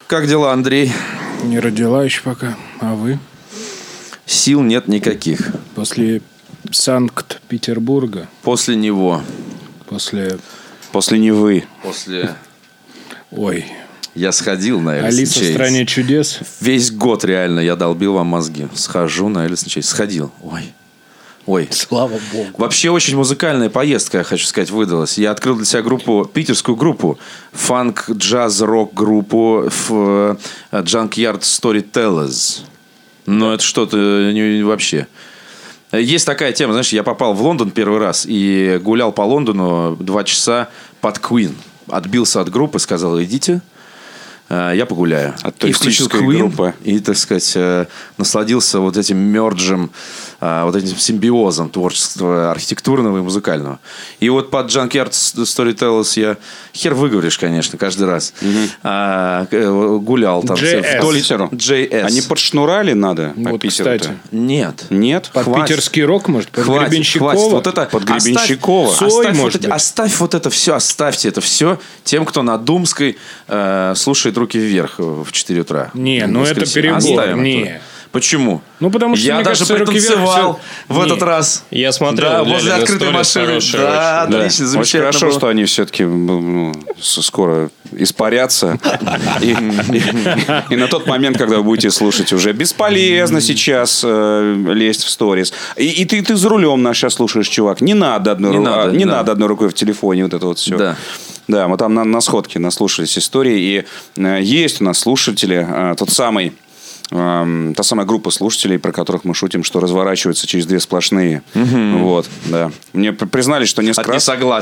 Как дела, Андрей? Не родила еще пока. А вы? Сил нет никаких. После Санкт-Петербурга. После него. После Невы. После... Ой. Я сходил на Alice Алиса в стране чудес. Весь год реально я долбил вам мозги. Схожу на Alice in Chains. Сходил. Ой. Слава богу. Вообще очень музыкальная поездка, я хочу сказать, выдалась. Я открыл для себя питерскую группу. Фанк, джаз, рок группу Junkyard Storytellers. Но это что-то вообще. Есть такая тема, знаешь, я попал в Лондон первый раз и гулял по Лондону 2 часа под Queen. Отбился от группы, сказал, идите, я погуляю. И включил Queen, и, так сказать, насладился вот этим мерджем, вот этим симбиозом творчества архитектурного и музыкального. И вот под Junkyard Storytellers я, хер выговоришь, конечно, каждый раз, гулял там. JS. Они подшнурали надо по вот, Питеру-то? кстати. Нет? Под питерский рок, может? Под Гребенщикова? Хватит. Вот это, под Гребенщикова. Оставь вот это все, оставьте это все тем, кто на Думской слушает «Руки вверх» в 4 утра. Не, ну это перебор. Не. Почему? Ну, потому что, я даже пританцевал в этот раз. Я смотрел, да, возле открытой машины. Да, отлично, замечательно. Очень хорошо, что они все-таки скоро испарятся. И на тот момент, когда вы будете слушать, уже бесполезно сейчас лезть в сторис. И ты за рулем нас сейчас слушаешь, чувак. Не надо одной рукой в телефоне вот это вот все. Да. Да, мы там на сходке наслушались истории. И есть у нас слушатели, та самая группа слушателей, про которых мы шутим, что разворачиваются через 2 сплошные. Вот, да. Мне признались, что несколько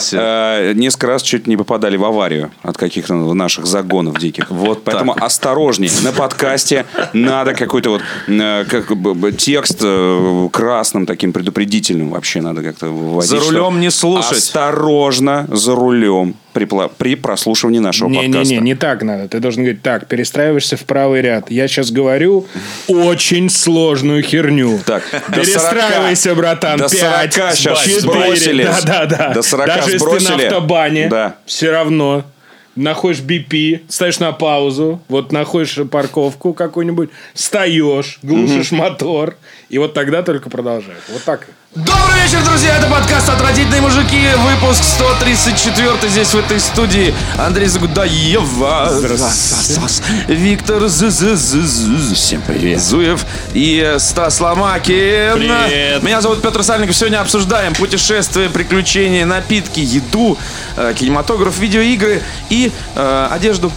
раз чуть не попадали в аварию от каких-то наших загонов диких. Вот поэтому осторожней. На подкасте надо какой-то вот текст красным таким предупредительным вообще надо как-то вводить. За рулем не слушать. Осторожно за рулем при прослушивании нашего подкаста. Не так надо. Ты должен говорить, так, перестраиваешься в правый ряд. Я сейчас говорю очень сложную херню. Так, перестраивайся, братан. До 40 сейчас сбросили. Да. До 40 даже сбросили. Если ты на автобане, да. все равно находишь BP, ставишь на паузу, вот находишь парковку какую-нибудь, встаешь, глушишь мотор, и вот тогда только продолжаешь. Вот так. Добрый вечер, друзья! Это подкаст «Отвратительные мужики», выпуск 134 здесь, в этой студии. Андрей Загудаева, Виктор Всем привет. Зуев и Стас Ломакин. Привет. Меня зовут Петр Сальников. Сегодня обсуждаем путешествия, приключения, напитки, еду, кинематограф, видеоигры и одежду.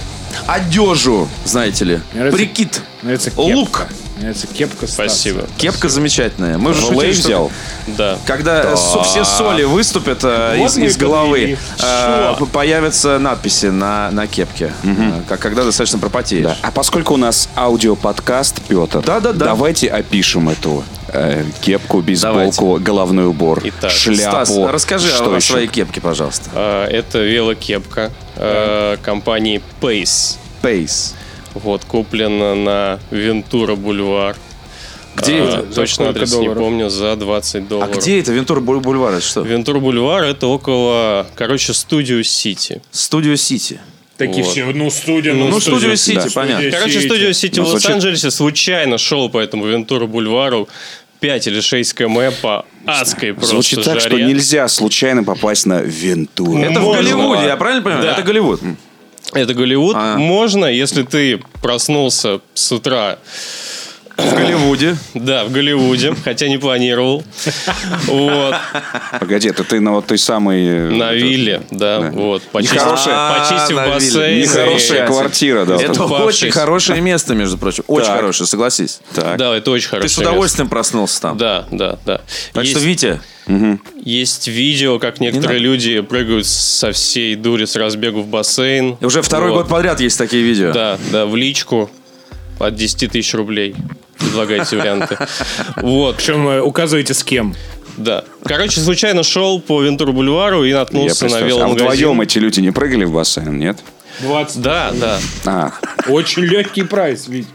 Одежу, знаете ли. Прикид. Лук. Нравится кепка. Спасибо. Кепка замечательная. Мы же шутили, взял. Да. Когда все соли выступят из головы, появятся надписи на кепке, когда достаточно пропотеешь. Да. А поскольку у нас аудиоподкаст, Петр, давайте опишем эту кепку, бейсболку, головной убор, Итак, шляпу. Стас, расскажи о своей кепке, пожалуйста. Это велокепка компании Pace. Вот, куплена на Вентура Бульвар. Где это? Точно адрес не помню, за $20. А где это? Вентура Бульвар? Это что? Вентура Бульвар это около, Студио Сити. Студио Сити. Такие все, студия. Студио Сити, понятно. Студио Сити в Лос-Анджелесе случайно шел по этому Вентура Бульвару 5 или 6 км по адской просто Звучит так, жаре. что нельзя случайно попасть на Вентуру. Это в Голливуде, я правильно понимаю? Да. Это Голливуд. Это Голливуд. Можно, если ты проснулся с утра в Голливуде. Да, в Голливуде, хотя не планировал. Вот. Погоди, это ты на вот той самой... На вилле, да. Вот. Почистив на бассейн. Нехорошая квартира, да. Это очень хорошее место, между прочим. Очень хорошее, согласись. Да, это очень хорошее. Ты с удовольствием проснулся там. Да. Так что, Витя... Есть видео, как некоторые люди прыгают со всей дури с разбегу в бассейн. Уже второй год подряд есть такие видео. Да, в личку от 10 тысяч рублей. Предлагайте варианты. Вот. Причем указываете с кем. Да. Короче, случайно шел по Вентура Бульвару и наткнулся на веломагазин. А вдвоем эти люди не прыгали в бассейн, нет? 20. Да. Очень легкий прайс, ведь.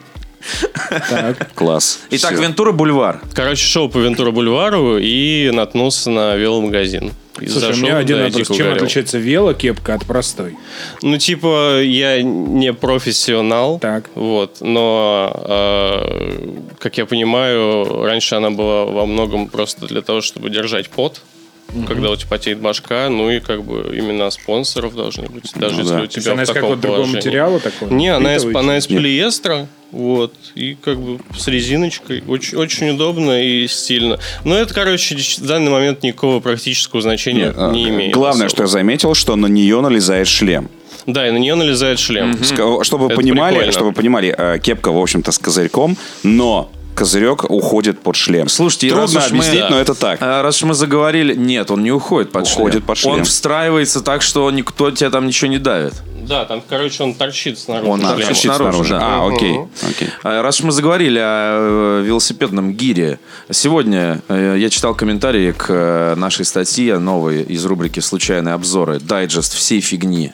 Так. Класс. Итак, Вентура Бульвар. Короче, шел по Вентура Бульвару и наткнулся на веломагазин. Слушай, у меня один вопрос. Чем отличается велокепка от простой? Ну, типа, я не профессионал. Так. Вот, но, как я понимаю, раньше она была во многом просто для того, чтобы держать пот. Когда у тебя потеет башка, ну и как бы имена спонсоров должны быть, даже если у тебя она в таком из другого материала такого? Не, она из полиэстера, вот, и как бы с резиночкой, очень удобно и стильно. Но это, короче, в данный момент никакого практического значения не имеет. Главное, особо. Что я заметил, что на нее налезает шлем. Да, и на нее налезает шлем. Чтобы вы понимали, кепка, в общем-то, с козырьком, но козырек уходит под шлем. Слушайте, трудно объяснить, но это так. Раз уж мы заговорили, нет, он не уходит под шлем. Уходит под шлем. Он встраивается так, что никто тебя там ничего не давит. Да, там, короче, он торчит снаружи. Он торчит снаружи, да. Окей. Раз уж мы заговорили о велосипедном гире, сегодня я читал комментарии к нашей статье новой из рубрики «Случайные обзоры», дайджест всей фигни.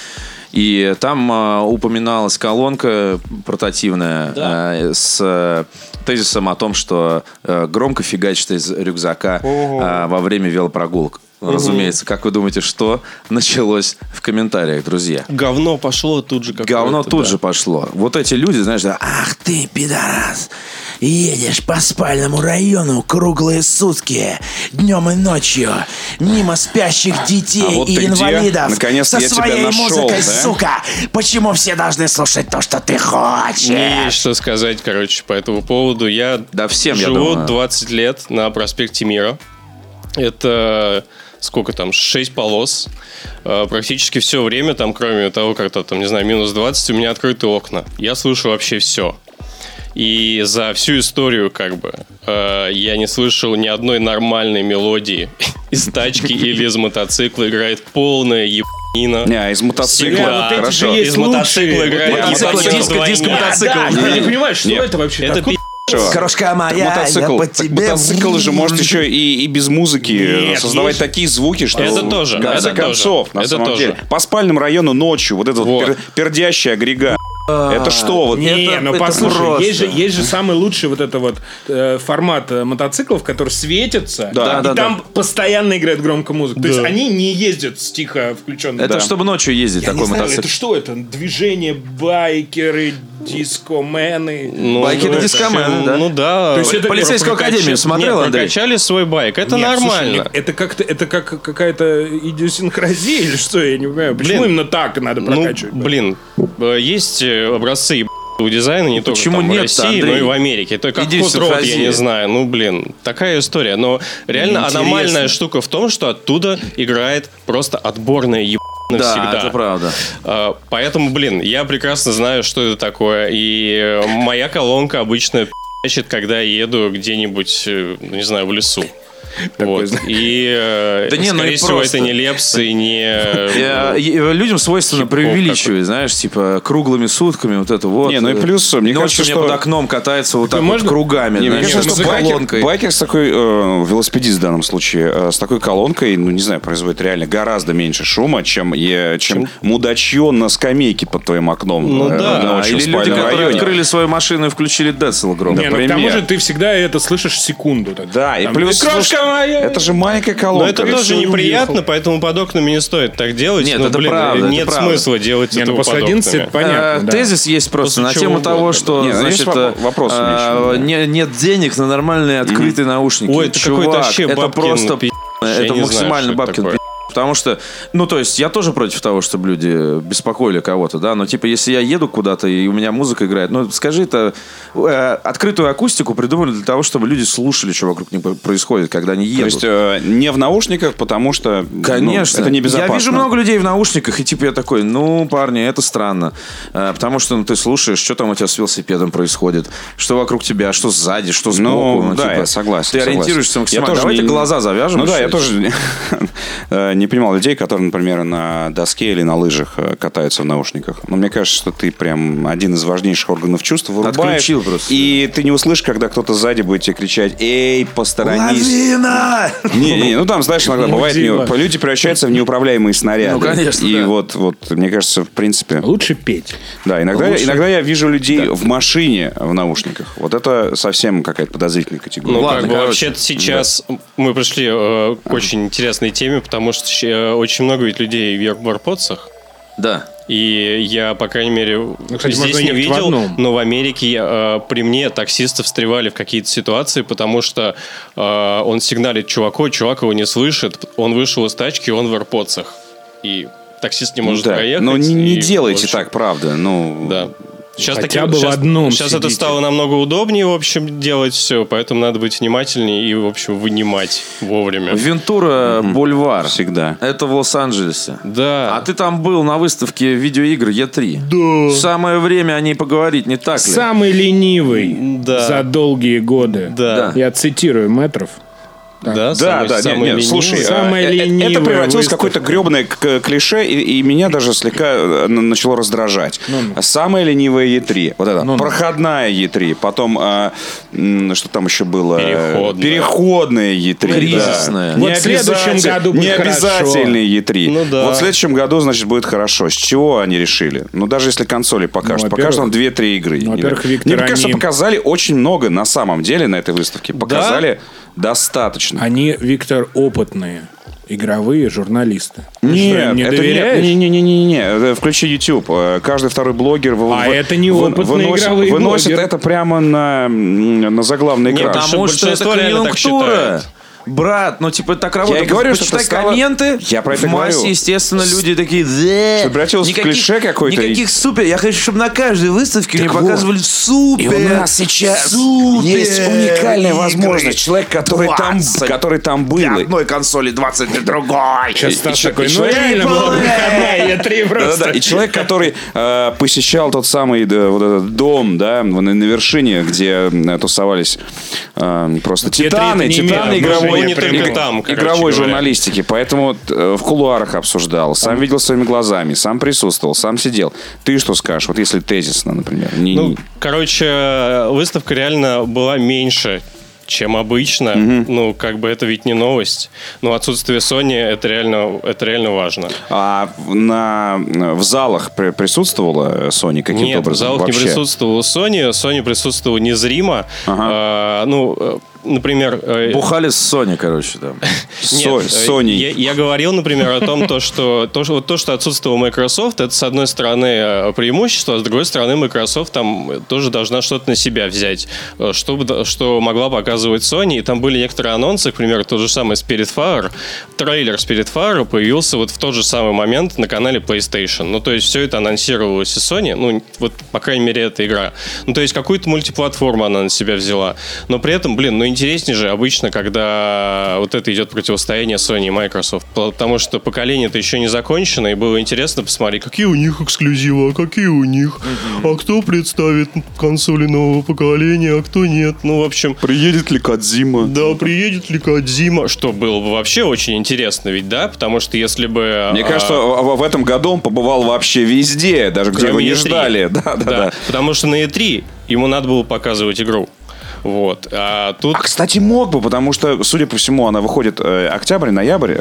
И там упоминалась колонка портативная с тезисом о том, что громко фигачит из рюкзака во время велопрогулок. Разумеется, как вы думаете, что началось в комментариях, друзья? Говно пошло тут же. Говно тут же пошло. Вот эти люди, знаешь, да, ах ты, пидорас, едешь по спальному району круглые сутки, днем и ночью, мимо спящих детей вот и инвалидов. Наконец-то со я тебя своей нашел, музыкой, да? сука. Почему все должны слушать то, что ты хочешь? Мне есть что сказать, короче, по этому поводу. Я живу 20 лет на проспекте Мира. Это... Сколько там? 6 полос. Практически все время, там, кроме того, как-то там, не знаю, минус 20, у меня открыты окна. Я слышу вообще все. И за всю историю, как бы, я не слышал ни одной нормальной мелодии из тачки или из мотоцикла. Играет полная ебанина. Не, из мотоцикла. Хорошо. Из мотоцикла играет диско-мотоцикл. Я не понимаю, что это вообще? Это Крошка моя, мотоцикл же может еще и без музыки создавать такие звуки, что... Это тоже. В конце концов, на самом деле. По спальному району ночью вот этот пердящий агрегат. Это что? Вот? Не, ну послушай, есть же самый лучший вот это вот формат мотоциклов, который светится, и там постоянно играет громко музыка. То есть они не ездят с тихо включенным. Это чтобы ночью ездить такой мотоцикл. Это что это? Движение, байкеры, дискомены. Байкеры-дискомены, да? Ну да. Полицейскую академию смотрел, Андрей? Прокачали свой байк. Это нормально. Это как какая-то идиосинкразия или что? Я не понимаю. Почему именно так надо прокачивать? Блин, есть образцы у дизайна не только там в России, но и в Америке. Это как Hot-Rod, я не знаю. Ну, блин, такая история. Но реально аномальная штука в том, что оттуда играет просто отборная ебаная навсегда. Да, это правда. Поэтому, блин, я прекрасно знаю, что это такое. И моя колонка обычно пи***чит, когда я еду где-нибудь, не знаю, в лесу. Вот. И, скорее всего, это не лепс и не... Людям свойственно преувеличивать, знаешь, типа круглыми сутками вот это вот. Не, ну и плюс, мне кажется, что... под окном катается вот так вот кругами. Мне кажется, что байкер с такой, велосипедист в данном случае, с такой колонкой, ну не знаю, производит реально гораздо меньше шума, чем мудачье на скамейке под твоим окном. Ну да. Или люди, которые открыли свою машину и включили Децл громко. К тому же ты всегда это слышишь секунду. Да, и плюс... Это же маленькая колонка. Но это тоже неприятно, поэтому под окнами не стоит так делать. Нет, это правда. Нет смысла делать этого под окнами. После 11 это понятно. Тезис есть просто на тему того, что нет денег на нормальные открытые наушники. Ой, это какой-то вообще это просто это максимально бабкин пи***. Потому что, ну, то есть, я тоже против того, чтобы люди беспокоили кого-то, да, но, типа, если я еду куда-то, и у меня музыка играет, ну, скажи, это открытую акустику придумали для того, чтобы люди слушали, что вокруг них происходит, когда они едут. То есть, не в наушниках, потому что, конечно, это небезопасно. Я вижу много людей в наушниках, и, типа, я такой, ну, парни, это странно. Потому что, ну, ты слушаешь, что там у тебя с велосипедом происходит, что вокруг тебя, что сзади, что сбоку. Ну, да, типа, я согласен. Ты ориентируешься максимально. Давайте глаза завяжем. Ну, да, я тоже не понимал людей, которые, например, на доске или на лыжах катаются в наушниках. Но мне кажется, что ты прям один из важнейших органов чувств вырубаешь. Отключил просто. И ты не услышишь, когда кто-то сзади будет тебе кричать: «Эй, посторонись!» Лавина! Не, ну там, знаешь, иногда бывает, люди превращаются в неуправляемые снаряды. Ну, конечно, и да. вот, мне кажется, в принципе... Лучше петь. Да, иногда я вижу людей в машине в наушниках. Вот это совсем какая-то подозрительная категория. Ну, как бы вообще-то сейчас мы пришли к очень интересной теме, потому что очень много ведь людей в AirPods. Да. И я, по крайней мере, кстати, здесь не видел, но в Америке при мне таксисты встревали в какие-то ситуации, потому что он сигналит чуваку, чувак его не слышит, он вышел из тачки, он в AirPods. И таксист не может проехать. Но не делайте так, правда. Да. Сейчас, сейчас это стало намного удобнее, в общем, делать все, поэтому надо быть внимательнее и, в общем, вынимать вовремя. Вентура Бульвар. Всегда. Это в Лос-Анджелесе. Да. А ты там был на выставке видеоигр E3. Да. Самое время о ней поговорить, не так ли? Самый ленивый за долгие годы. Да. Я цитирую Метров. Да, нет, слушай, это превратилось в какое-то гребаное клише, и меня даже слегка начало раздражать. Самая ленивая E3, вот это, проходная E3, потом, что там еще было? Переходная E3. Кризисная. Вот в следующем году будет не обязательный E3. Ну, да. Вот в следующем году, значит, будет хорошо. С чего они решили? Ну, даже если консоли покажут. Покажут нам 2-3 игры. Во-первых, Виктор, мне кажется, показали очень много на самом деле на этой выставке. Показали достаточно. Они, Виктор, опытные игровые журналисты. Нет, не это доверяешь? не. Включи YouTube. Каждый второй блогер это не опытные игровые выносит блогеры. это прямо на заглавный экран. Потому что это конъюнктура. Брат, ну типа так работает. Я говорю, что почитай комменты. Я про это в массе, говорю. Естественно, люди такие... Превратилось в клише какое-то. Никаких супер. Я хочу, чтобы на каждой выставке мне показывали супер. И у нас сейчас есть уникальная возможность. Человек, который там был. Для одной консоли 20 для другой. Сейчас Стас такой, реально была выходная E3 просто. И человек, который посещал тот самый вот этот дом, да, на вершине, где тусовались просто титаны игровой журналистики. Поэтому в кулуарах обсуждал, сам видел своими глазами, сам присутствовал, сам сидел. Ты что скажешь, вот если тезисно, например? Выставка реально была меньше, чем обычно. Ну, как бы это ведь не новость. Но отсутствие Sony это реально важно. А в залах присутствовала Sony каким-то образом? Нет, в залах вообще? не присутствовала Sony. Sony присутствовала незримо. Например... Бухали с Sony, короче, там. Sony. Я говорил, например, о том, что отсутствовал Microsoft, это, с одной стороны, преимущество, а с другой стороны, Microsoft там тоже должна что-то на себя взять, что могла показывать Sony. И там были некоторые анонсы, к примеру, тот же самый Spiritfarer. Трейлер Spiritfarer появился вот в тот же самый момент на канале PlayStation. Ну, то есть, все это анонсировалось и Sony. Ну, вот, по крайней мере, эта игра. Ну, то есть, какую-то мультиплатформу она на себя взяла. Но при этом, интереснее же обычно, когда вот это идет противостояние Sony и Microsoft, потому что поколение-то еще не закончено, и было интересно посмотреть, какие у них эксклюзивы, а какие у них, а кто представит консоли нового поколения, а кто нет. Ну, в общем... Приедет ли Кодзима? Да, приедет ли Кодзима, что было бы вообще очень интересно, ведь, да, потому что если бы... Мне кажется, в этом году он побывал вообще везде, даже где его не ждали. Да. Потому что на E3 ему надо было показывать игру. Вот. А кстати, мог бы, потому что, судя по всему, она выходит ноябрь.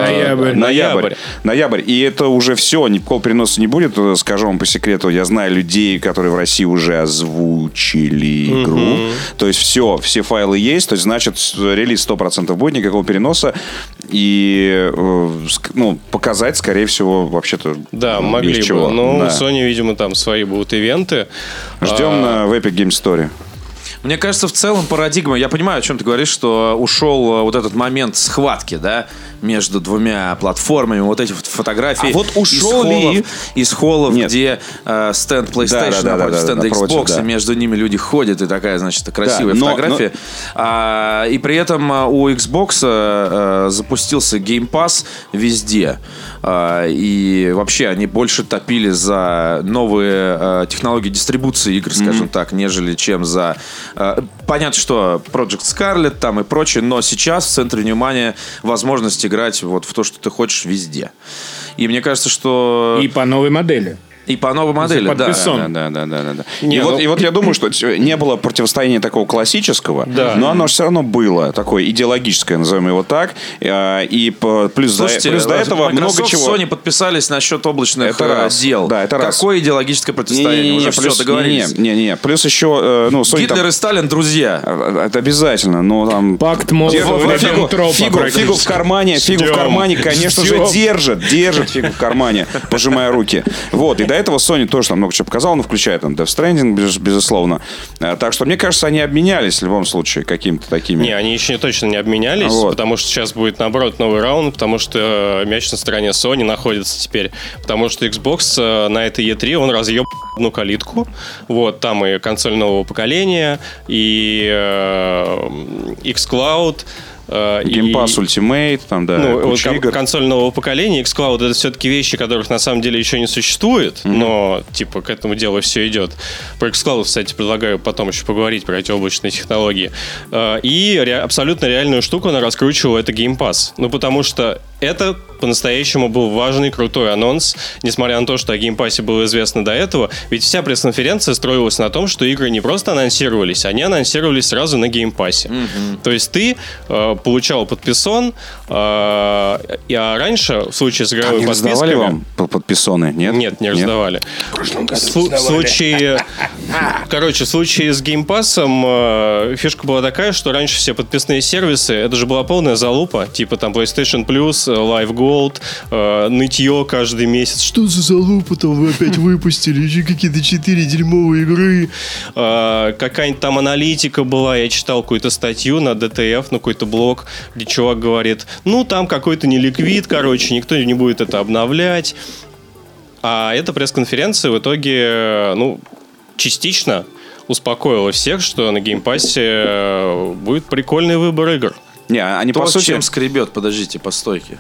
И это уже все, никакого переноса не будет. Скажу вам по секрету, я знаю людей, которые в России уже озвучили игру. То есть все файлы есть. То есть, значит, релиз 100% будет, никакого переноса. И показать, скорее всего, вообще-то могли бы. Но у Sony, видимо, там свои будут ивенты. Ждем в Epic Games Story. Мне кажется, в целом парадигма, я понимаю, о чем ты говоришь, что ушел вот этот момент схватки, да, между двумя платформами, вот эти фотографии. А вот ушел из холлов, где стенд PlayStation напротив стенда Xbox, и между ними люди ходят, и такая, значит, красивая фотография. И при этом у Xbox запустился Game Pass везде. И вообще они больше топили за новые технологии дистрибуции игр, скажем так, нежели чем за Понятно, что Project Scarlet там и прочее, но сейчас в центре внимания возможность играть вот в то, что ты хочешь везде. И мне кажется, что... И по новой модели. И по новой модели, да. Да. И вот я думаю, что не было противостояния такого классического, но оно все равно было такое идеологическое, назовем его так. И плюс до этого много чего. Sony подписались насчет облачных дел. Да, это раз. Какое идеологическое противостояние? Уже все, договорились. Не. Плюс еще... Гитлер и Сталин друзья. Это обязательно. Но там... Пакт Молотова-Риббентропа. Фигу в кармане, конечно же, держит фигу в кармане, пожимая руки. Вот, и до этого Sony тоже там много чего показал, включая там Death Stranding, безусловно. Так что, мне кажется, они обменялись в любом случае какими-то такими... Не, они еще точно не обменялись, потому что сейчас будет, наоборот, новый раунд, потому что мяч на стороне Sony находится теперь. Потому что Xbox на этой E3, он разъеб одну калитку. Вот, там и консоль нового поколения, и xCloud, Game Pass Ultimate, там, да, куча игр. Консоль нового поколения, xCloud — это все-таки вещи, которых на самом деле еще не существует, но, типа, к этому делу все идет. Про xCloud, кстати, предлагаю потом еще поговорить, про эти облачные технологии. И абсолютно реальную штуку она раскручивала — это Game Pass. Ну, потому что это по-настоящему был важный, крутой анонс, несмотря на то, что о Game Pass'е было известно до этого. Ведь вся пресс-конференция строилась на том, что игры не просто анонсировались, они анонсировались сразу на Game Pass'е. То есть ты получал подписон, а раньше, в случае с игровой подпиской... Не раздавали вам подписоны? Нет, не раздавали. В прошлом году раздавали. В случае с Game Pass'ом фишка была такая, что раньше все подписные сервисы, это же была полная залупа, типа там PlayStation Plus, Live Gold, нытье каждый месяц. Что за залупа там вы опять выпустили? Еще какие-то 4 дерьмовые игры. Какая-нибудь там аналитика была. Я читал какую-то статью на DTF, какой-то блог, где чувак говорит, там какой-то неликвид, короче, никто не будет это обновлять. А эта пресс-конференция в итоге, частично успокоила всех, что на геймпассе будет прикольный выбор игр. Не, они по сути... чем скребет, подождите, по стойке.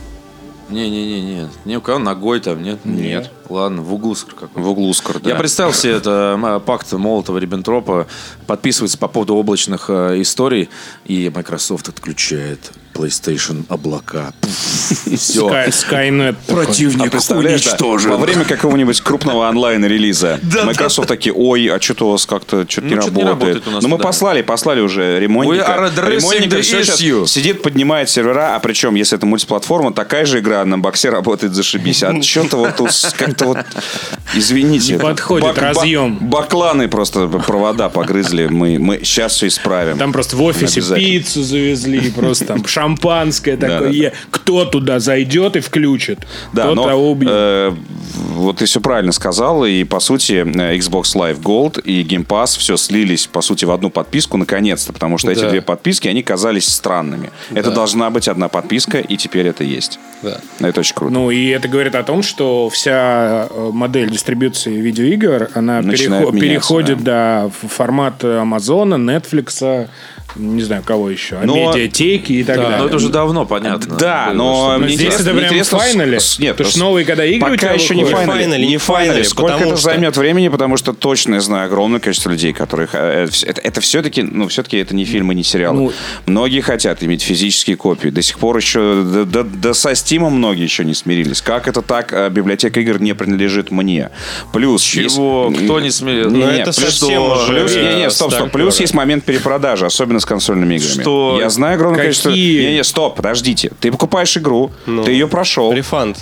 Не. Ни у кого ногой там, нет? Нет. Ладно, в углу какой-то. В углу скоро, да. Я представил себе это пакт Молотова-Риббентропа, подписывается по поводу облачных историй, и Microsoft отключает PlayStation облака. Все. Skynet. Противник уничтожен. Во время какого-нибудь крупного онлайн-релиза Microsoft такие, ой, а что-то у вас как-то не работает. Но мы послали уже ремонтника. Ремонтник все сейчас сидит, поднимает сервера, а причем, если это мультиплатформа, такая же игра на боксе работает зашибись. А что-то вот тут как-то вот, извините. Не подходит разъем. Бакланы просто провода погрызли. Мы сейчас все исправим. Там просто в офисе пиццу завезли, просто там шампанское такое. Кто туда зайдет и включит, кто-то убьет. Вот ты все правильно сказал. И, по сути, Xbox Live Gold и Game Pass все слились, по сути, в одну подписку наконец-то. Потому что эти две подписки, они казались странными. Это должна быть одна подписка, и теперь это есть. Да. Это очень круто. И это говорит о том, что вся модель дистрибьюции видеоигр, она переходит в формат Амазона, Netflix, не знаю, кого еще, медиатеки и так далее. Но это уже давно понятно. Да, но мне здесь это прям в файнале. Нет, потому что новые, когда игры пока еще не в файнале. Сколько это займет времени, потому что точно я знаю огромное количество людей, которых... Это все-таки это не фильмы, не сериалы. Многие хотят иметь физические копии. До сих пор еще... Да со Steam многие еще не смирились. Как это так? Библиотека игр не принадлежит мне. Плюс... Чего? Кто не смирился? Это совсем уже... Стоп. Плюс есть момент перепродажи, особенно с консольными играми. Что? Я знаю огромное количество... Стоп, подождите. Ты покупаешь игру, ты ее прошел. Рефанд.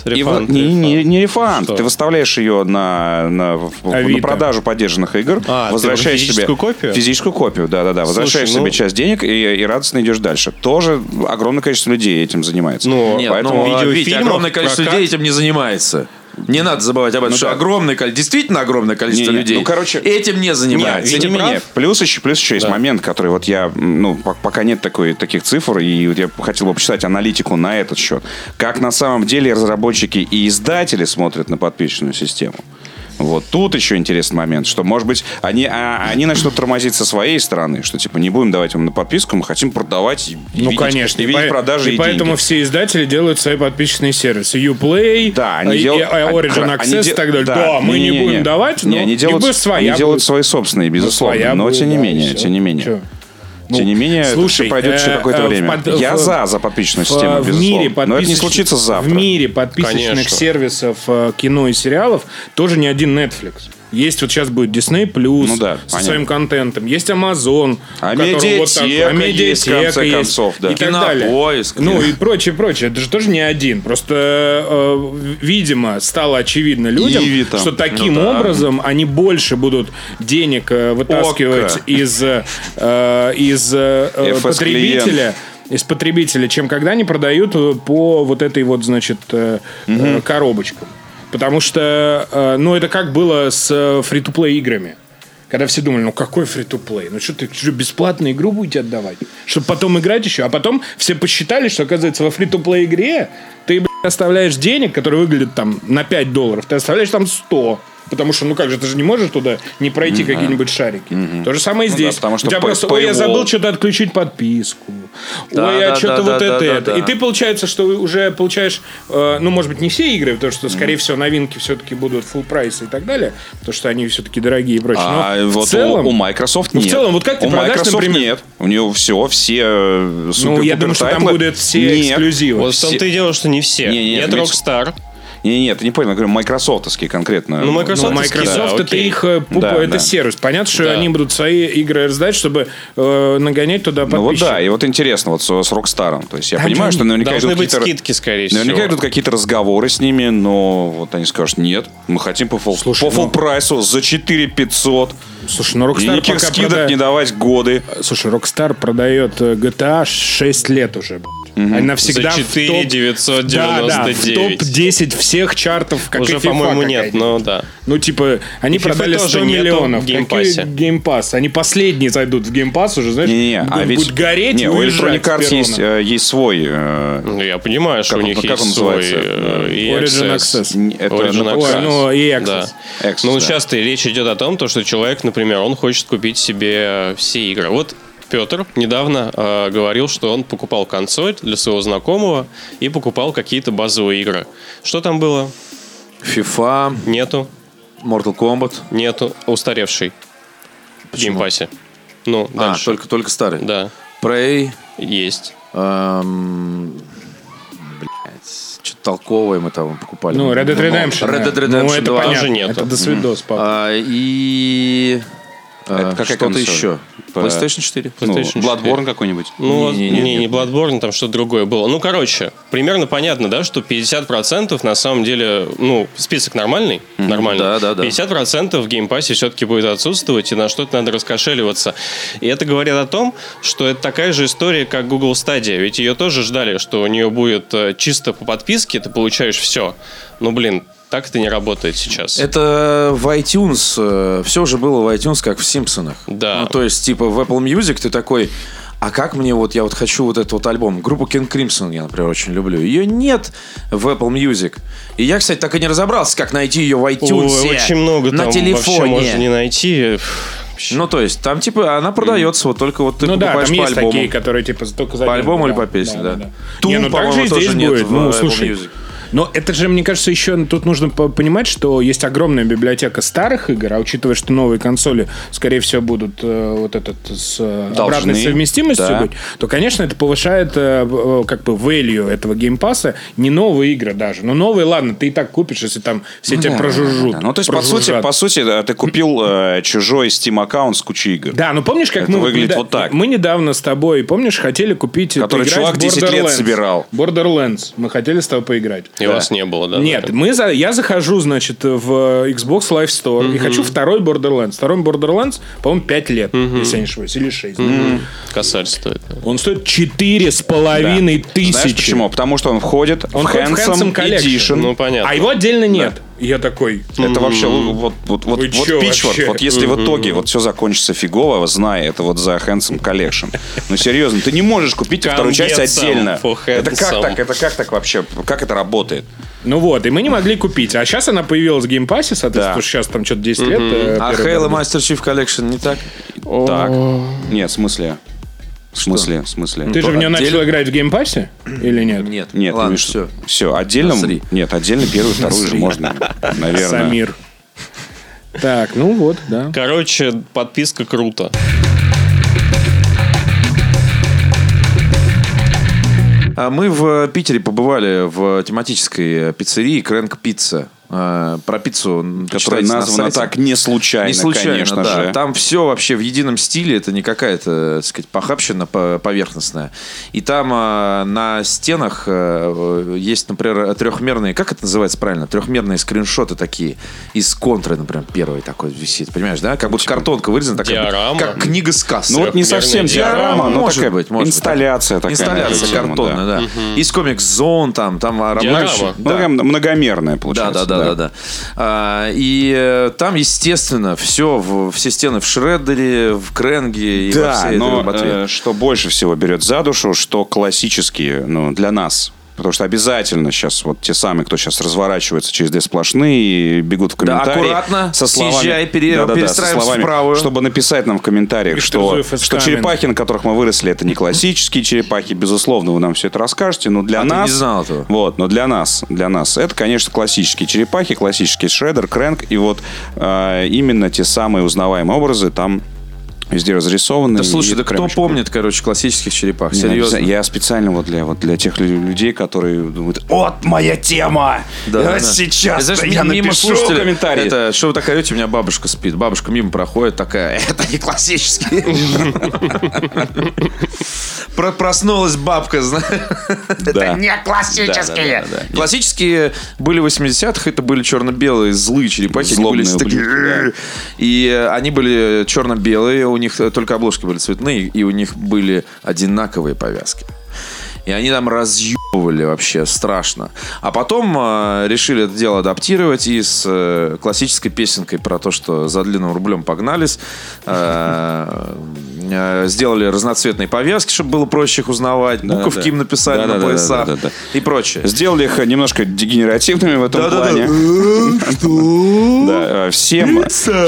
Не рефанд. Что? Ты выставляешь ее на продажу поддержанных игр, возвращаешь себе физическую копию, да. Возвращаешь себе часть денег и радостно идешь дальше. Тоже огромное количество людей этим занимается. Огромное количество людей этим не занимается. Не надо забывать об этом, что действительно огромное количество людей этим не занимается. Тем не менее, плюс еще есть момент, который вот я, пока нет таких цифр, и вот я хотел бы почитать аналитику на этот счет. Как на самом деле разработчики и издатели смотрят на подписочную систему. Вот тут еще интересный момент, что, может быть, они начнут тормозить со своей стороны, что, типа, не будем давать вам на подписку, мы хотим продавать и конечно. видеть продажи и поэтому деньги. Все издатели делают свои подписочные сервисы. Uplay, Origin Access и так далее. Да, мы не будем давать, но они делают свои собственные, безусловно. Но тем не менее. Тем не менее, слушай, пройдет еще какое-то время. Я за подписочную систему, безусловно. Но это не случится завтра. В мире подписочных сервисов кино и сериалов тоже не один Netflix. Есть вот сейчас будет Disney Plus со своим контентом. Есть Amazon. Медиатека есть, в конце концов. И так далее. Ну и прочее. Это же тоже не один. Просто, видимо, стало очевидно людям, что таким образом они больше будут денег вытаскивать из потребителя, чем когда они продают по вот этой вот, значит, коробочкам. Потому что, это как было с фри-то-плей играми. Когда все думали, какой фри-то-плей? Что ты бесплатную игру будете отдавать? Чтобы потом играть еще? А потом все посчитали, что, оказывается, во фри-то-плей игре ты, оставляешь денег, которые выглядят там на $5, ты оставляешь там 100. Потому что, ты же не можешь туда не пройти какие-нибудь шарики. То же самое и здесь. Потому что у тебя просто, я забыл что-то отключить подписку. Что-то вот это. И ты, получается, что уже получаешь, может быть, не все игры, потому что, скорее всего, новинки все-таки будут full прайс и так далее, потому что они все-таки дорогие и прочее. Но вот в целом, у Microsoft нет. В целом, вот как ты продашь, Microsoft например... нет. У него все супер-пупер я думаю, что там будут все эксклюзивы. Вот в том-то и дело, что не все. Нет Rockstar. Нет, ты не понял, я говорю, майкрософтовские конкретно. Microsoft это их это сервис. Понятно, что они будут свои игры раздать, чтобы нагонять туда подписчиков. И вот интересно, вот с Rockstar. То есть я понимаю, что наверняка идут быть скидки, скорее всего. Наверняка идут какие-то разговоры с ними, но вот они скажут, нет, мы хотим по full прайсу за 4500. Слушай, Rockstar никаких скидок не давать годы. Слушай, Rockstar продает GTA 6 лет уже. Они навсегда за 4 999. В топ-10 всех чартов, как уже, и FIFA, по-моему, нет, но да. Они продали 100 миллионов. Game Pass. Они последние зайдут в Game Pass уже, знаешь, будет гореть и уезжать. У Electronic Arts есть свой... я понимаю, что у них есть свой Origin Access. Origin Access. И Access. Ну, часто речь идет о том, что человек, например, он хочет купить себе все игры. Вот Петр недавно говорил, что он покупал консоль для своего знакомого и покупал какие-то базовые игры. Что там было? FIFA. Нету. Mortal Kombat. Нету. Устаревший. В геймпассе. Ну, дальше. Только старый. Да. Prey. Есть. Что-то толковое мы там покупали. Red Dead Redemption. Red Dead Redemption 2. Тоже нету. Это до свидос, папа. И... что-то еще. PlayStation 4. Bloodborne какой-нибудь? Не Bloodborne, там что-то другое было. Ну, короче, примерно понятно, да, что 50% на самом деле, список нормальный. Нормальный. Да. 50% в геймпассе все-таки будет отсутствовать, и на что-то надо раскошеливаться. И это говорит о том, что это такая же история, как Google Stadia. Ведь ее тоже ждали, что у нее будет чисто по подписке, ты получаешь все. Так это не работает сейчас. Это в iTunes. Все уже было в iTunes, как в Симпсонах. Да. То есть, типа, в Apple Music ты такой... А как мне я хочу вот этот вот альбом? Группу King Crimson я, например, очень люблю. Ее нет в Apple Music. И я, кстати, так и не разобрался, как найти ее в iTunes. Очень много на там телефоне. Вообще можно не найти. То есть, там, типа, она продается, вот только вот ты покупаешь там по есть альбому. такие, которые, типа, только за по альбому или по песне, да. Тун, по-моему, тоже нет в Apple Music. Но это же, мне кажется, еще тут нужно понимать, что есть огромная библиотека старых игр, а учитывая, что новые консоли, скорее всего, будут с обратной совместимостью быть, то, конечно, это повышает value этого геймпасса. Не новые игры даже. Но новые, ладно, ты и так купишь, если там все тебя прожужжут. То есть, по сути, ты купил чужой Steam аккаунт с кучей игр. Да, помнишь, как мы выглядит вот так. Мы недавно с тобой, помнишь, хотели купить... Который чувак 10 лет собирал. Borderlands. Мы хотели с тобой поиграть. И вас не было, да? Нет, я захожу, значит, в Xbox Live Store и хочу второй Borderlands. Второй Borderlands, по-моему, 5 лет, если я не ошибаюсь, или 6. Косарь стоит. Он стоит 4,5 тысячи. Знаешь почему? Потому что он входит в Handsome Edition. Ну, понятно. А его отдельно нет. И я такой... Это вообще вот питчворк. Вот если в итоге вот все закончится фигово, знай, это вот за Handsome Collection. Серьезно, ты не можешь купить вторую часть отдельно. Это как так вообще? Как это работает? Ну вот, и мы не могли купить. А сейчас она появилась в геймпассе, соответственно, потому что сейчас там что-то 10 лет. А Halo Master Chief Collection не так? Так. Нет, в смысле? В смысле? Ты же в нее начал играть в геймпассе? Или нет? Нет. Ладно, все. Все, отдельно? Нет, отдельно первый, второй же можно, наверное. Самир. Так, ну вот, да. Короче, подписка круто. Мы в Питере побывали в тематической пиццерии Крэнк Пицца. Про пиццу, которая названа так не случайно, конечно да. же. Там все вообще в едином стиле, это не какая-то, так сказать, похабщина поверхностная. И там на стенах есть, например, трехмерные, как это называется правильно, трехмерные скриншоты такие из контры, например, первый такой висит, понимаешь, да? Как будто картонка вырезана, такая, как книга сказок. Ну вот не совсем диорама, но может быть, инсталляция такая. Инсталляция картонная, да. Из Comic Zone там диорама. Многомерная получается. Да. И там, естественно, все стены в шреддере, в крэнге и во всей этой работе. Что больше всего берет за душу, что классические, для нас. Потому что обязательно сейчас вот те самые, кто сейчас разворачивается через две сплошные, бегут в комментарии. Да, аккуратно, со словами, съезжай, перестраиваемся в правую. Чтобы написать нам в комментариях, что черепахи, на которых мы выросли, это не классические черепахи. Безусловно, вы нам все это расскажете. Но для нас... ты не знал этого. Вот, но для нас это, конечно, классические черепахи, классический шреддер, крэнк. И вот именно те самые узнаваемые образы там... Везде разрисованы. Да слушай, да кто помнит, классических черепах? Серьезно. Я специально для тех людей, которые думают, вот моя тема! Да. Сейчас я напишу в комментарии. Это, что вы так орете, у меня бабушка спит. Бабушка мимо проходит такая, это не классические. Проснулась бабка, знаешь. Это не классические. Классические были в 80-х, это были черно-белые злые черепахи. И они были черно-белые, у них только обложки были цветные, и у них были одинаковые повязки. И они там разъебывали вообще страшно. А потом решили это дело адаптировать и с классической песенкой про то, что за длинным рублем погнались. Сделали разноцветные повязки, чтобы было проще их узнавать. Буковки им написали на поясах и прочее. Сделали их немножко дегенеративными в этом плане. Всем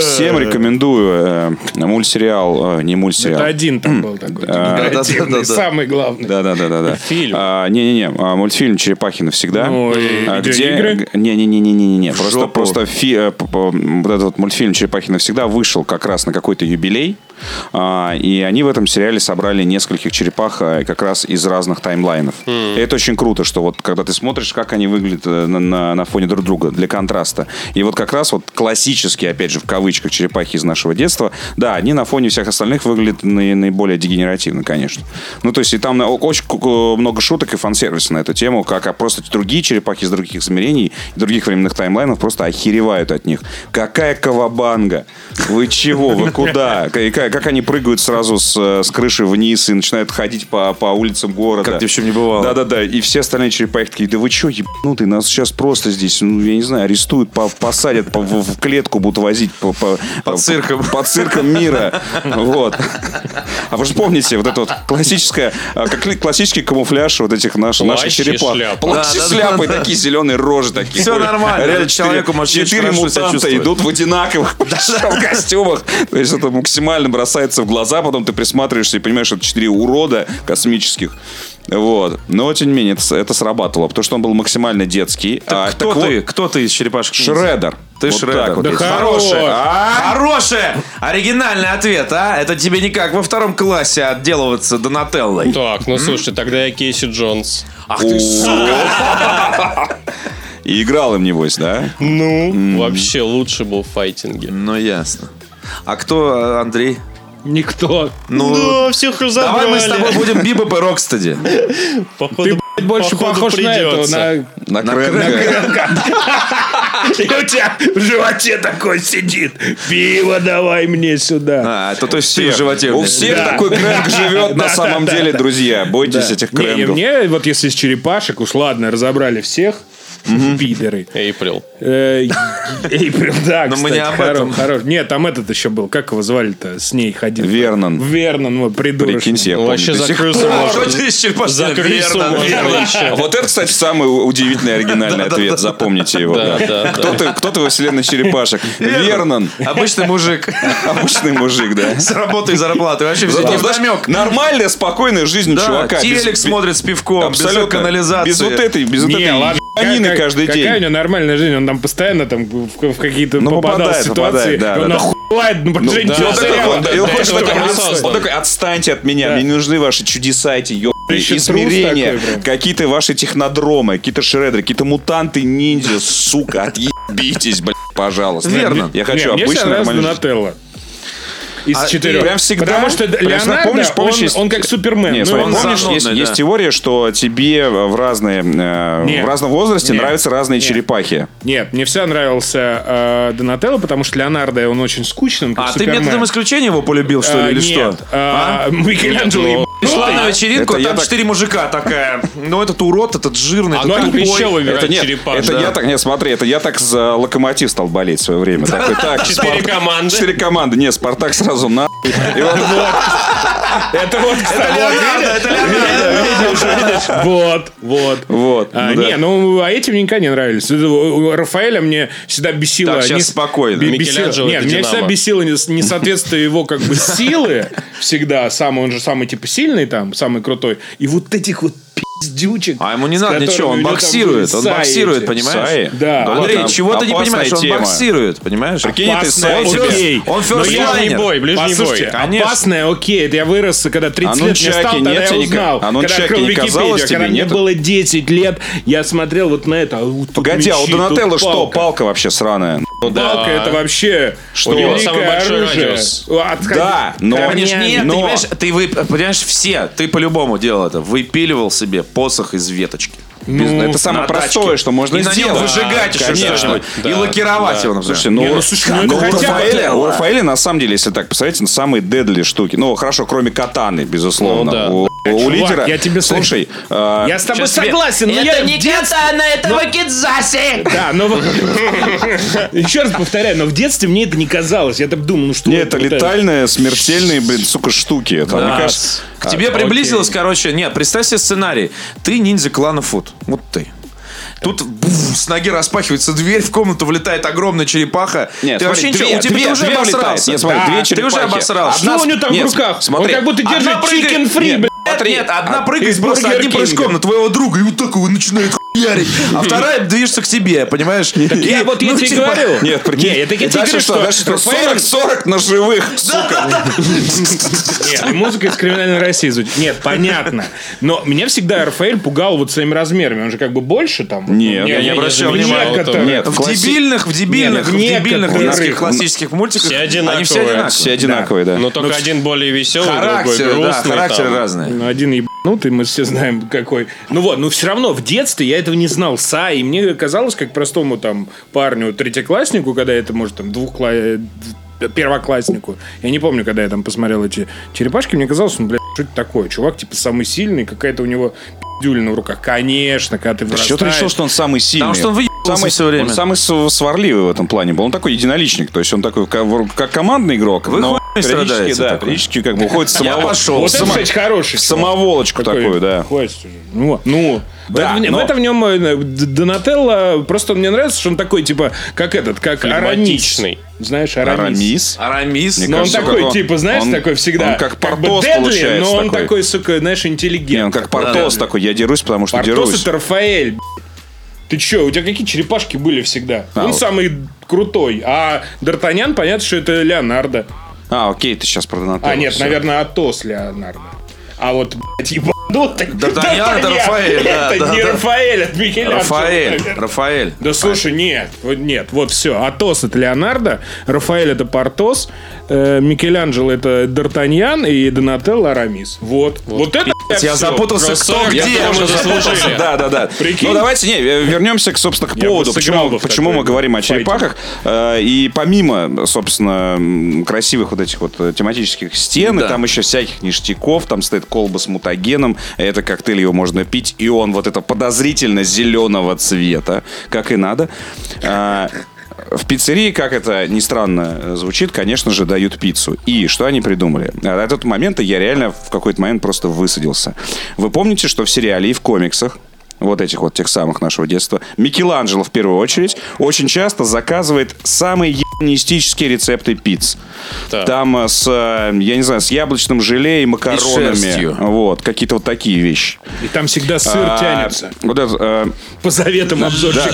рекомендую мультсериал, не мультсериал. Это один там был такой дегенеративный, самый главный. Да. Фильм. Мультфильм «Черепахи навсегда». Видеоигры? Не. Просто вот этот мультфильм «Черепахи навсегда» вышел как раз на какой-то юбилей. И они в этом сериале собрали нескольких черепах как раз из разных таймлайнов. И это очень круто, что вот когда ты смотришь, как они выглядят на фоне друг друга для контраста. И вот как раз вот классические, опять же, в кавычках, черепахи из нашего детства, да, они на фоне всех остальных выглядят наиболее дегенеративно, конечно. То есть и там очень много шуток и фан-сервиса на эту тему, как просто другие черепахи из других измерений, других временных таймлайнов просто охеревают от них. Какая кавабанга! Вы чего? Вы куда? Как они прыгают сразу с крыши вниз и начинают ходить по улицам города. Как ни в чем не бывало. Да. И все остальные черепахи такие, да вы что, ебанутые, нас сейчас просто здесь, я не знаю, арестуют, посадят, в клетку будут возить по циркам мира. Вот. А вы же помните, вот это вот классический камуфляж вот этих наших черепах. Плащи с шляпой, такие зеленые рожи такие. Все нормально. Реально, человеку 4 мутанта идут в одинаковых костюмах. То есть это максимально бросается в глаза, потом ты присматриваешься и понимаешь, что это 4 урода космических. Вот. Но, тем не менее, это срабатывало, потому что он был максимально детский. Кто ты из черепашек? Шреддер. Ты вот Шреддер. Вот да хорошее! Оригинальный ответ, а? Это тебе не как во 2 классе отделываться Донателлой. Так, слушай, тогда я Кейси Джонс. Ах ты, сука! И играл им, небось, да? Вообще лучше был в файтинге. Ясно. А кто Андрей? Никто. Да, всех разобрали. Давай мы с тобой будем Бибоп и Рокстеди. Ты больше похож на этого, на Крэнка. И у тебя в животе такой сидит. Пиво давай мне сюда. То есть в животе. У всех такой Крэнк живет на самом деле, друзья. Бойтесь этих Крэнков. Мне вот если из черепашек, уж ладно, разобрали всех. Пидоры. Эйприл. Эйприл, да, но мы не об этом. Хорош. Нет, там этот еще был. Как его звали-то? С ней ходил. Вернон. Вернон, придурок. Прикиньте, я помню. Вообще за крысу можно. За крысу можно. Вот это, кстати, самый удивительный оригинальный ответ. Запомните его. Кто-то во вселенной черепашек. Вернон. Обычный мужик. Обычный мужик, да. С работой и зарплатой. Вообще все невдомек. Нормальная, спокойная жизнь чувака. Телек смотрит с пивком, без канализации. Без вот этой ебанины каждый день. Какая у него нормальная жизнь? Он там постоянно там в какие-то попадал ситуации. Он охуевает на протяжении часа. Он такой, отстаньте от меня. Мне не нужны ваши чудеса, эти ебаные измерения. Какие-то ваши технодромы, какие-то шредеры, какие-то мутанты, ниндзя. Сука, отъебитесь, блядь, пожалуйста. Верно. Я хочу обычно нормальную Донателло. Из 4. Прям всегда. Потому что Леонардо, он как Супермен. Есть теория, что тебе в разном возрасте нравятся разные черепахи. Нет, мне всегда нравился Донателло, потому что Леонардо, он очень скучный, как Супермен. Ты методом исключения его полюбил, что ли, или что? Микеланджело Шла на вечеринку, там 4 мужика такая. Ну, этот урод, этот жирный, этот тупой. Еще выбирать черепаш. Смотри, это я так за Локомотив стал болеть в свое время. 4 команды. 4 команды. Нет, Спартак сразу на. Это вот, кстати. Это Леонардо. Вот. А этим никогда не нравились. Рафаэля мне всегда бесило. Так, сейчас спокойно. Нет, меня всегда бесило несоответствие его как бы силы. Всегда. Он же самый типа сильный там, самый крутой. И вот этих вот пиздючек. А ему не надо ничего, он боксирует. Он боксирует, понимаешь? Да. Андрей, чего ты не понимаешь? Он боксирует, понимаешь? Прикинь, ты сам себе. Он ближний бой. Опасное, окей. Это я вырос, когда 30 лет мне стал, тогда я узнал. Когда открыл Википедию, когда мне было 10 лет, я смотрел вот на это. Погоди, а у Донателло что? Палка вообще сраная. Палка это вообще великое оружие. Да, но... Нет, понимаешь, все, ты по-любому делал это. Выпиливал себе посох из веточки. Это самое простое, что можно сделать. И на нем выжигать еще что-нибудь. И лакировать его, например. Слушай, у Рафаэля, на самом деле, если так посмотреть, самые дедли штуки. Ну, хорошо, кроме катаны, безусловно. У лидера... Я тебе слушай... Я с тобой согласен, но это не катана, это вакидзаси! Да, но... Еще раз повторяю, но в детстве мне это не казалось. Я так думал, ну что... Нет, это летальные, смертельные, сука, штуки. К тебе приблизилось, короче... Нет, представь себе сценарий. Ты ниндзя клана Фут. Вот ты. Тут с ноги распахивается дверь, в комнату влетает огромная черепаха. Нет, ты вообще ничего, ты уже обосрался. Нет, смотри, две черепахи. Ты уже обосрался. Что у него там в руках? Он как будто держит chicken free, блядь. Нет, одна прыгает просто одним прыжком на твоего друга, и вот так его начинает хуярить. А вторая движется к тебе, понимаешь? Я вот я тебе говорю. Нет, прикинь. Я тебе говорю, что 40 ножевых, сука. Нет, музыка из «Криминальной России» звучит. Нет, понятно. Но меня всегда Рафаэль пугал вот своими размерами. Он же как бы больше там. Нет, я не обращал внимания. В дебильных детских классических мультиках они все одинаковые. Да. Но только один более веселый, другой грустный. Характеры разные. Один ебанутый, мы все знаем какой. Ну вот, но все равно в детстве я этого не знал. И мне казалось, как простому там парню, третьекласснику, когда это, может, там, первокласснику. Я не помню, когда я там посмотрел эти черепашки, мне казалось, что это такое? Чувак, типа, самый сильный, какая-то у него пиздюлина в руках. Конечно, когда ты вырастаешь. Что ты решил, что он самый сильный? Потому что он выебался все время. Он самый сварливый в этом плане был. Он такой единоличник. То есть он такой, как командный игрок. Вы периодически как бы уходит в Вот это, кстати, хороший. Самоволочку такую, да. Ну, да, в этом в нем Донателло, просто мне нравится, что он такой, типа, как Арамис. Знаешь, Арамис. Но он такой, типа, знаешь, такой всегда. Он как Портос получается. Но он такой, сука, знаешь, интеллигент. Он как Портос такой, я дерусь, потому что дерусь. Портос — это Рафаэль. Ты че, у тебя какие черепашки были всегда? Он самый крутой. А Д'Артаньян, понятно, что это Леонардо. Окей, ты сейчас про Донателло. Нет, наверное, Атос Леонардо. А вот, блядь, ебанутый... Д'Артаньян — это Рафаэль. Это не Рафаэль, это Микеланджело. Рафаэль. Да слушай, нет, вот все. Атос — это Леонардо, Рафаэль — это Портос, Микеланджело это Д'Артаньян и Донателло Арамис. Вот это я запутался, кто где. Да. Ну, давайте вернемся, собственно, к поводу, почему мы говорим о черепахах. И помимо, собственно, красивых вот этих вот тематических стен, там еще всяких ништяков, там стоит колба с мутагеном, это коктейль, его можно пить, и он вот это подозрительно зеленого цвета, как и надо. В пиццерии, как это ни странно звучит, конечно же, дают пиццу. И что они придумали? От этого момента я реально в какой-то момент просто высадился. Вы помните, что в сериале и в комиксах, вот этих вот тех самых нашего детства, Микеланджело в первую очередь очень часто заказывает самые ебанистические рецепты пиц. Да. Там с, я не знаю, с яблочным желе и макаронами. Вот, какие-то вот такие вещи. И там всегда сыр тянется. Вот это, по заветам обзорщика.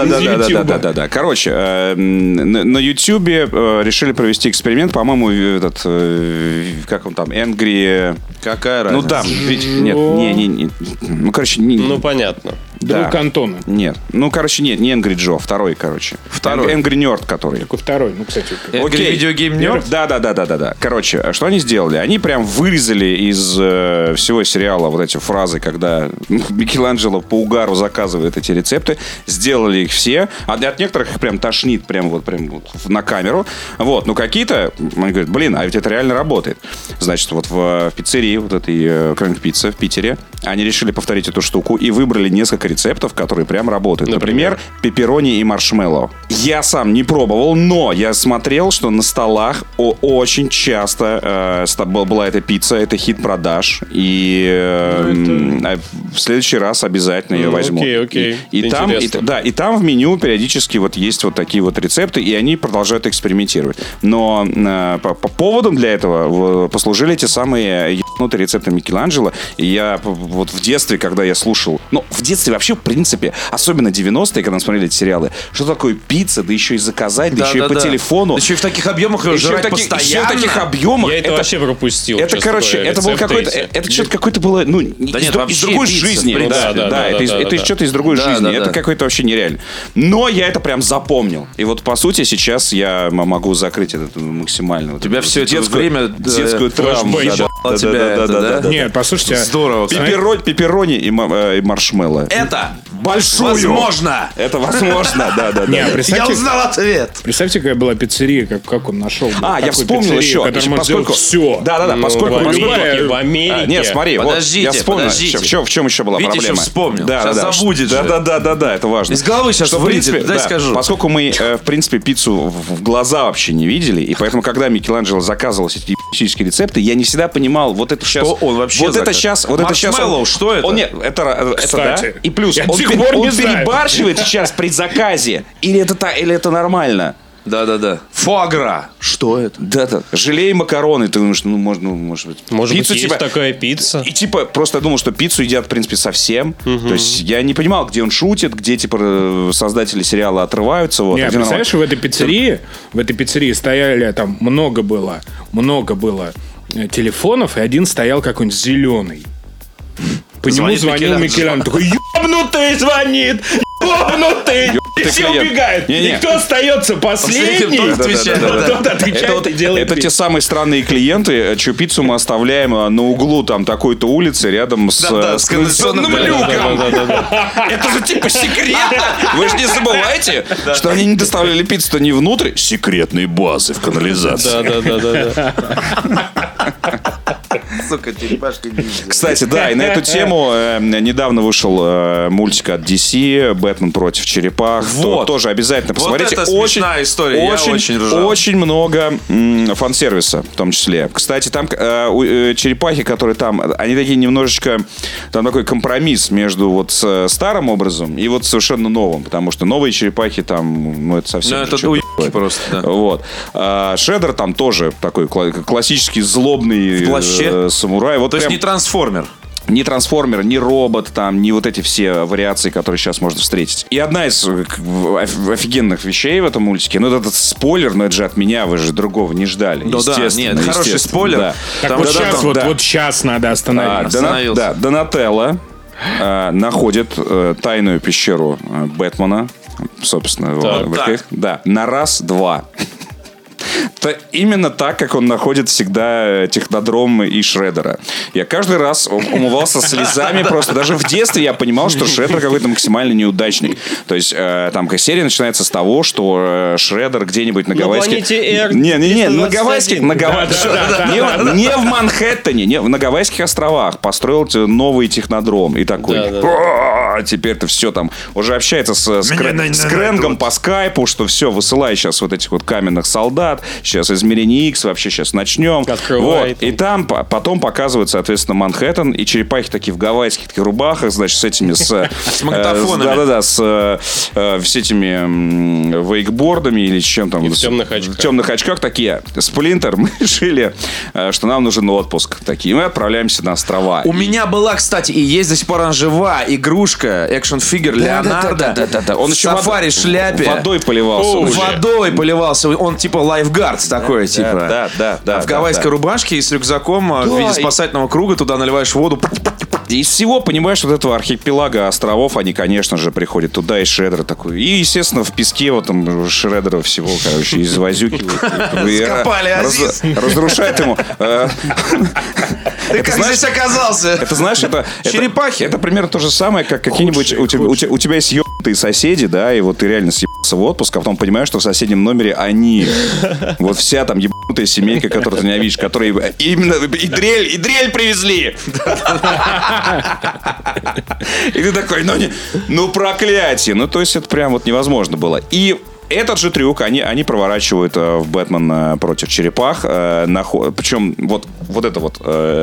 Да. Короче, на Ютьюбе решили провести эксперимент, по-моему, этот, как он там, Angry... Какая разница? Ну там, нет. Ну, короче, ну, понятно. Друг Антона. Нет. Ну, короче, нет, не Angry Joe, второй, короче. Второй. Angry Nerd, который. Какой второй? Ну, кстати. Angry Video Game Nerd? Да. Короче, что они сделали? Они прям вырезали из всего сериала вот эти фразы, когда Микеланджело по угару заказывает эти рецепты, сделали их все. А от некоторых их прям тошнит прям вот на камеру. Вот, ну какие-то, они говорят, блин, а ведь это реально работает. Значит, вот в пиццерии, вот этой Крэнк Пицца в Питере, они решили повторить эту штуку и выбрали несколько рецептов, которые прям работают. Например, пепперони и маршмеллоу. Я сам не пробовал, но я смотрел, что на столах очень часто была эта пицца, это хит продаж. И в следующий раз обязательно ее возьму. Окей. И там в меню периодически вот есть вот такие вот рецепты, и они продолжают экспериментировать. Но по поводам для этого послужили те самые ебанутые рецепты Микеланджело. И я вот в детстве, когда я слушал... Ну, в детстве вообще, в принципе, особенно 90-е, когда мы смотрели эти сериалы, что такое пицца, да еще и заказать, да еще и по телефону. Да еще и в таких объемах ее жрать постоянно. Еще в таких объемах. Я это вообще пропустил. Это, короче, это был какой-то... Это что-то какое-то было, ну, из другой жизни. Да, это что-то из другой жизни. Это какое-то вообще нереально. Но я это прям запомнил. И вот, по сути, сейчас я могу закрыть это максимально. У тебя все это время... Детскую травму. Да. Нет, послушайте. Здорово. Пепперони и маршмеллоу. Это большую. Возможно. Это возможно, да. Я узнал ответ. Представьте, какая была пиццерия, как он нашел. Я вспомнил еще. Поскольку все. Да, поскольку в Америке. Нет, смотри, вот я вспомнил. В чем еще была проблема? Видите, вспомнил. Сейчас забудет же. Да, это важно. Из головы сейчас вылетит, дай скажу. Поскольку мы, в принципе, пиццу в глаза вообще не видели, и поэтому, когда Микеланджело заказывал эти ебические рецепты, я не всегда понимал, вот это сейчас... Что он вообще Маршмеллоу, что это? Нет, это да. И плюс, он перебарщивает сейчас при заказе, или это нормально? Да. Фуагра. Что это? Да. Желе и макароны. Ты думаешь, может быть. Может быть, есть такая пицца. И просто я думал, что пиццу едят, в принципе, совсем. То есть я не понимал, где он шутит, где, создатели сериала отрываются. Вот. Нет, представляешь, в этой пиццерии стояли, там много было телефонов, и один стоял какой-нибудь зеленый. По нему звонил Микеланджело. Такой, ёбнутый звонит! Ёбнутый! И все убегают. И кто остается последний? Тот отвечает и делает. Это те самые странные клиенты, чью пиццу мы оставляем на углу там такой-то улицы рядом с кондиционным люком. Это же типа секретно. Вы же не забывайте, что они не доставляли пиццу-то не внутрь. Секретные базы в канализации. Да. Сука, черепашка ниндзя. Кстати, да, и на эту тему недавно вышел мультик от DC «Бэтмен против черепах». Вот. Тоже обязательно посмотрите. Вот это смешная история, я очень ржал. Очень много фан-сервиса в том числе. Кстати, там черепахи, которые там, они такие немножечко... Там такой компромисс между вот старым образом и вот совершенно новым. Потому что новые черепахи там, это совсем... это уебки просто, да. Вот. Шреддер там тоже такой классический злобный самурай. Вот то есть не трансформер. Ни трансформер, ни робот, там, ни вот эти все вариации, которые сейчас можно встретить. И одна из офигенных вещей в этом мультике, ну, этот спойлер, но это же от меня, вы же другого не ждали. Ну да, нет, хороший спойлер. Да. Так вот сейчас надо остановиться. Донателло находит тайную пещеру Бэтмена, собственно. Так. Да, на раз, два. это именно так, как он находит всегда Технодром и Шреддера. Я каждый раз умывался слезами просто. Даже в детстве я понимал, что Шреддер какой-то максимально неудачник. То есть там серия начинается с того, что Шреддер где-нибудь на гавайских... Не, на гавайских... Не в Манхэттене, на Гавайских островах построил новый Технодром. И такой... Теперь-то все там... Уже общается с Крэнгом по скайпу, что все, высылай сейчас вот этих вот каменных солдат. Сейчас измерение X, вообще сейчас начнем. Вот. И там потом показывают, соответственно, Манхэттен. И черепахи такие в гавайских таких рубахах, значит, с этими... С магнитофонами. Да-да-да, с этими вейкбордами или чем там. И в темных очках. В темных очках такие. Сплинтер, мы решили, что нам нужен отпуск. Такие, мы отправляемся на острова. У меня была, кстати, и есть до сих пор она жива, игрушка, экшн-фигер Леонардо. Да. Он в сафари-шляпе. Водой поливался. Водой поливался. Он типа лайфгард такой, типа. Да. В гавайской рубашке и с рюкзаком в виде спасательного круга туда наливаешь воду. Из всего, понимаешь, вот этого архипелага островов, они, конечно же, приходят туда, и Шреддер такой. И, естественно, в песке вот там Шреддера всего, короче, извозюкивают. Скопали, Азиз. Разрушает ему. Ты как здесь оказался? Это, знаешь, это... Черепахи. Это примерно то же самое, как какие-нибудь... У тебя есть ебанутые соседи, да, и вот ты реально съебался в отпуск, а потом понимаешь, что в соседнем номере они. Вот вся там ебанутая семейка, которую ты ненавидишь, которые именно... И дрель привезли! И ты такой, ну проклятие. Ну, то есть, это прям вот невозможно было. И этот же трюк они проворачивают в «Бэтмен против черепах». Причем вот это вот,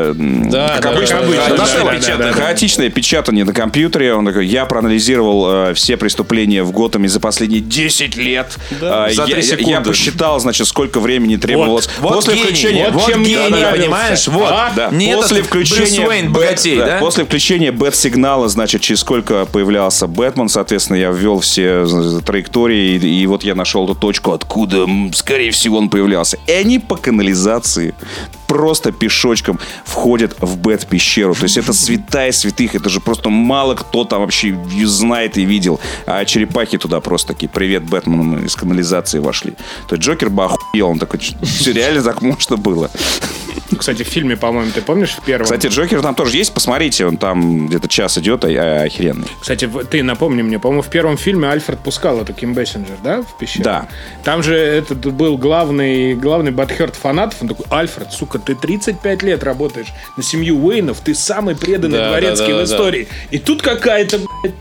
как обычно, хаотичное печатание на компьютере. Он такой, я проанализировал все преступления в Готэме за последние 10 лет. За 3 секунды. Я посчитал, значит, сколько времени требовалось. После включения... Вот гений, понимаешь? Вот. После включения... Брюс Уэйн богатей, да? После включения бэт-сигнала, значит, через сколько появлялся Бэтмен, соответственно, я ввел все траектории, и вот я нашел эту точку, откуда, скорее всего, он появлялся. И они по канализации просто пешочком входят в Бэт-пещеру. То есть это святая святых. Это же просто мало кто там вообще знает и видел. А черепахи туда просто такие: привет, Бэтмен, мы из канализации вошли. То есть Джокер бы охуел. Он такой, все реально так можно было. Кстати, в фильме, по-моему, ты помнишь, в первом... Кстати, Джокер там тоже есть, посмотрите, он там где-то час идет, охеренный. Кстати, ты напомни мне, по-моему, в первом фильме Альфред пускал эту Ким Бессинджер, да, в пещеру? Да. Там же этот был главный Бэтхерт фанатов, он такой: Альфред, сука, ты 35 лет работаешь на семью Уэйнов, ты самый преданный дворецкий в истории. И тут какая-то,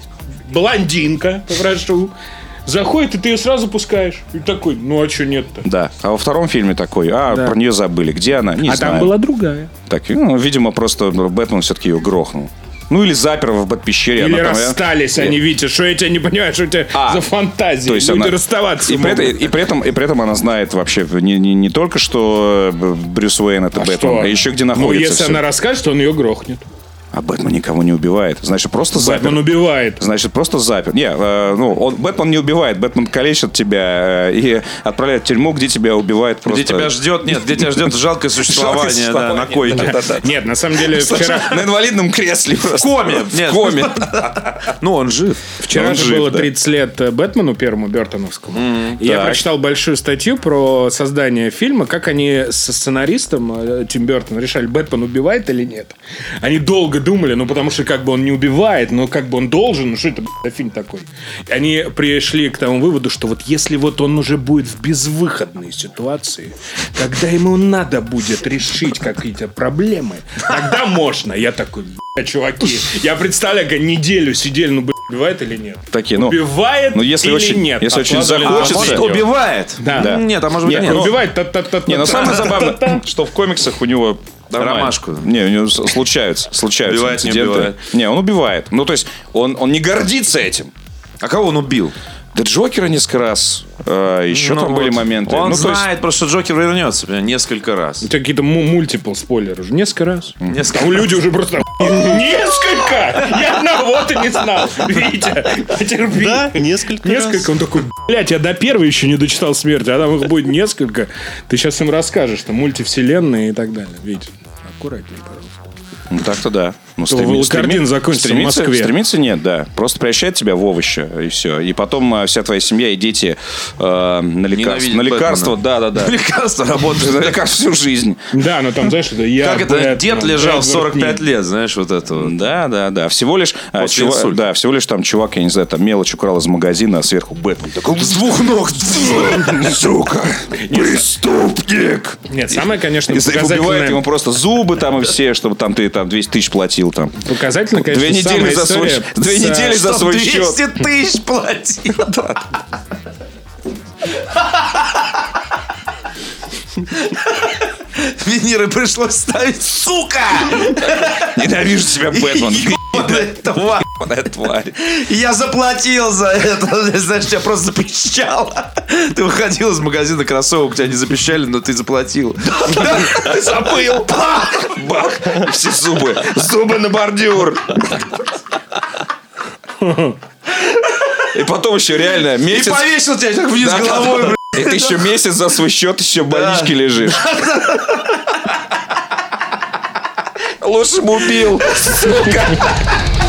блондинка, попрошу, заходит, и ты ее сразу пускаешь. И такой, ну а что нет-то? Да. А во втором фильме такой, про нее забыли. Где она? Не знаю. Там была другая. Так, видимо, просто Бэтмен все-таки ее грохнул. Ну, или запер в Бэт-пещере. Или расстались они, Витя. Что я тебя не понимаю, что у тебя за фантазии? То есть люди расставаться и при этом она знает вообще не только, что Брюс Уэйн — это Бэтмен, а еще где находится. Ну, если она расскажет, то он ее грохнет. А Бэтмен никого не убивает. Значит, просто запер. Бэтмен убивает. Значит, просто запер. Бэтмен не убивает. Бэтмен калечит тебя и отправляет в тюрьму, где тебя убивает просто... Где тебя ждет жалкое существование на койке. Нет, на самом деле вчера... На инвалидном кресле просто. В коме. Ну, он жив. Вчера же было 30 лет Бэтмену первому, Бёртоновскому. И я прочитал большую статью про создание фильма, как они со сценаристом Тим Бёртоном решали, Бэтмен убивает или нет. Они долго думали, потому что как бы он не убивает, но как бы он должен, что это за фильм такой? И они пришли к тому выводу, что вот если вот он уже будет в безвыходной ситуации, когда ему надо будет решить какие-то проблемы, тогда можно. Я такой, чуваки, я представляю, как неделю сидели, убивает или нет? Такие, убивает или нет? Если очень захочется. Может, убивает? Да. Нет, а может быть нет. Убивает. Но самое забавное, что в комиксах у него... Ромашку. Не, у него случаются убивает, инциденты. Не убивает. Не, он убивает. Ну, то есть, он не гордится этим. А кого он убил? Да Джокера несколько раз. Еще там были моменты. Он знает просто, что Джокер вернется несколько раз. Это какие-то мультипл спойлеры уже. Несколько раз. Там люди уже просто... Несколько! Я одного-то не знал. Витя, потерпи. Да, несколько раз. Он такой, блядь, я до первой еще не дочитал «Смерти», а там их будет несколько. Ты сейчас им расскажешь, что мультивселенные и так далее. Витя. аккуратнее, пожалуйста. Ну, так-то да. Ну, Волокордин закончится в Москве. Стремиться нет, да. Просто превращает тебя в овощи, и все. И потом вся твоя семья и дети на лекарства. Да. На лекарства работают. На лекарства всю жизнь. Да, но там, знаешь, это я... Как это дед лежал 45 лет, знаешь, вот это вот. Да. Всего лишь там чувак, я не знаю, там мелочь украл из магазина, а сверху Бэтмен. Такой, с двух ног. Сука, преступник. Нет, самое, конечно, показательное... Убивает ему просто зубы там и все, чтобы там ты там 200 тысяч платил там. Показательно, конечно, 2 недели за свой, 2 недели за свой 200 счет. 200 тысяч платил. Виниры пришлось ставить, сука! Ненавижу тебя, Бэтмен. Тварь. Я заплатил за это. Знаешь, тебя просто запищало. Ты выходил из магазина кроссовок, тебя не запищали, но ты заплатил. Ты забыл. Бах. Все зубы. Зубы на бордюр. И потом еще реально месяц... И повесил тебя так вниз головой. И ты еще месяц за свой счет еще в больничке лежишь. Лучше бы убил, сука.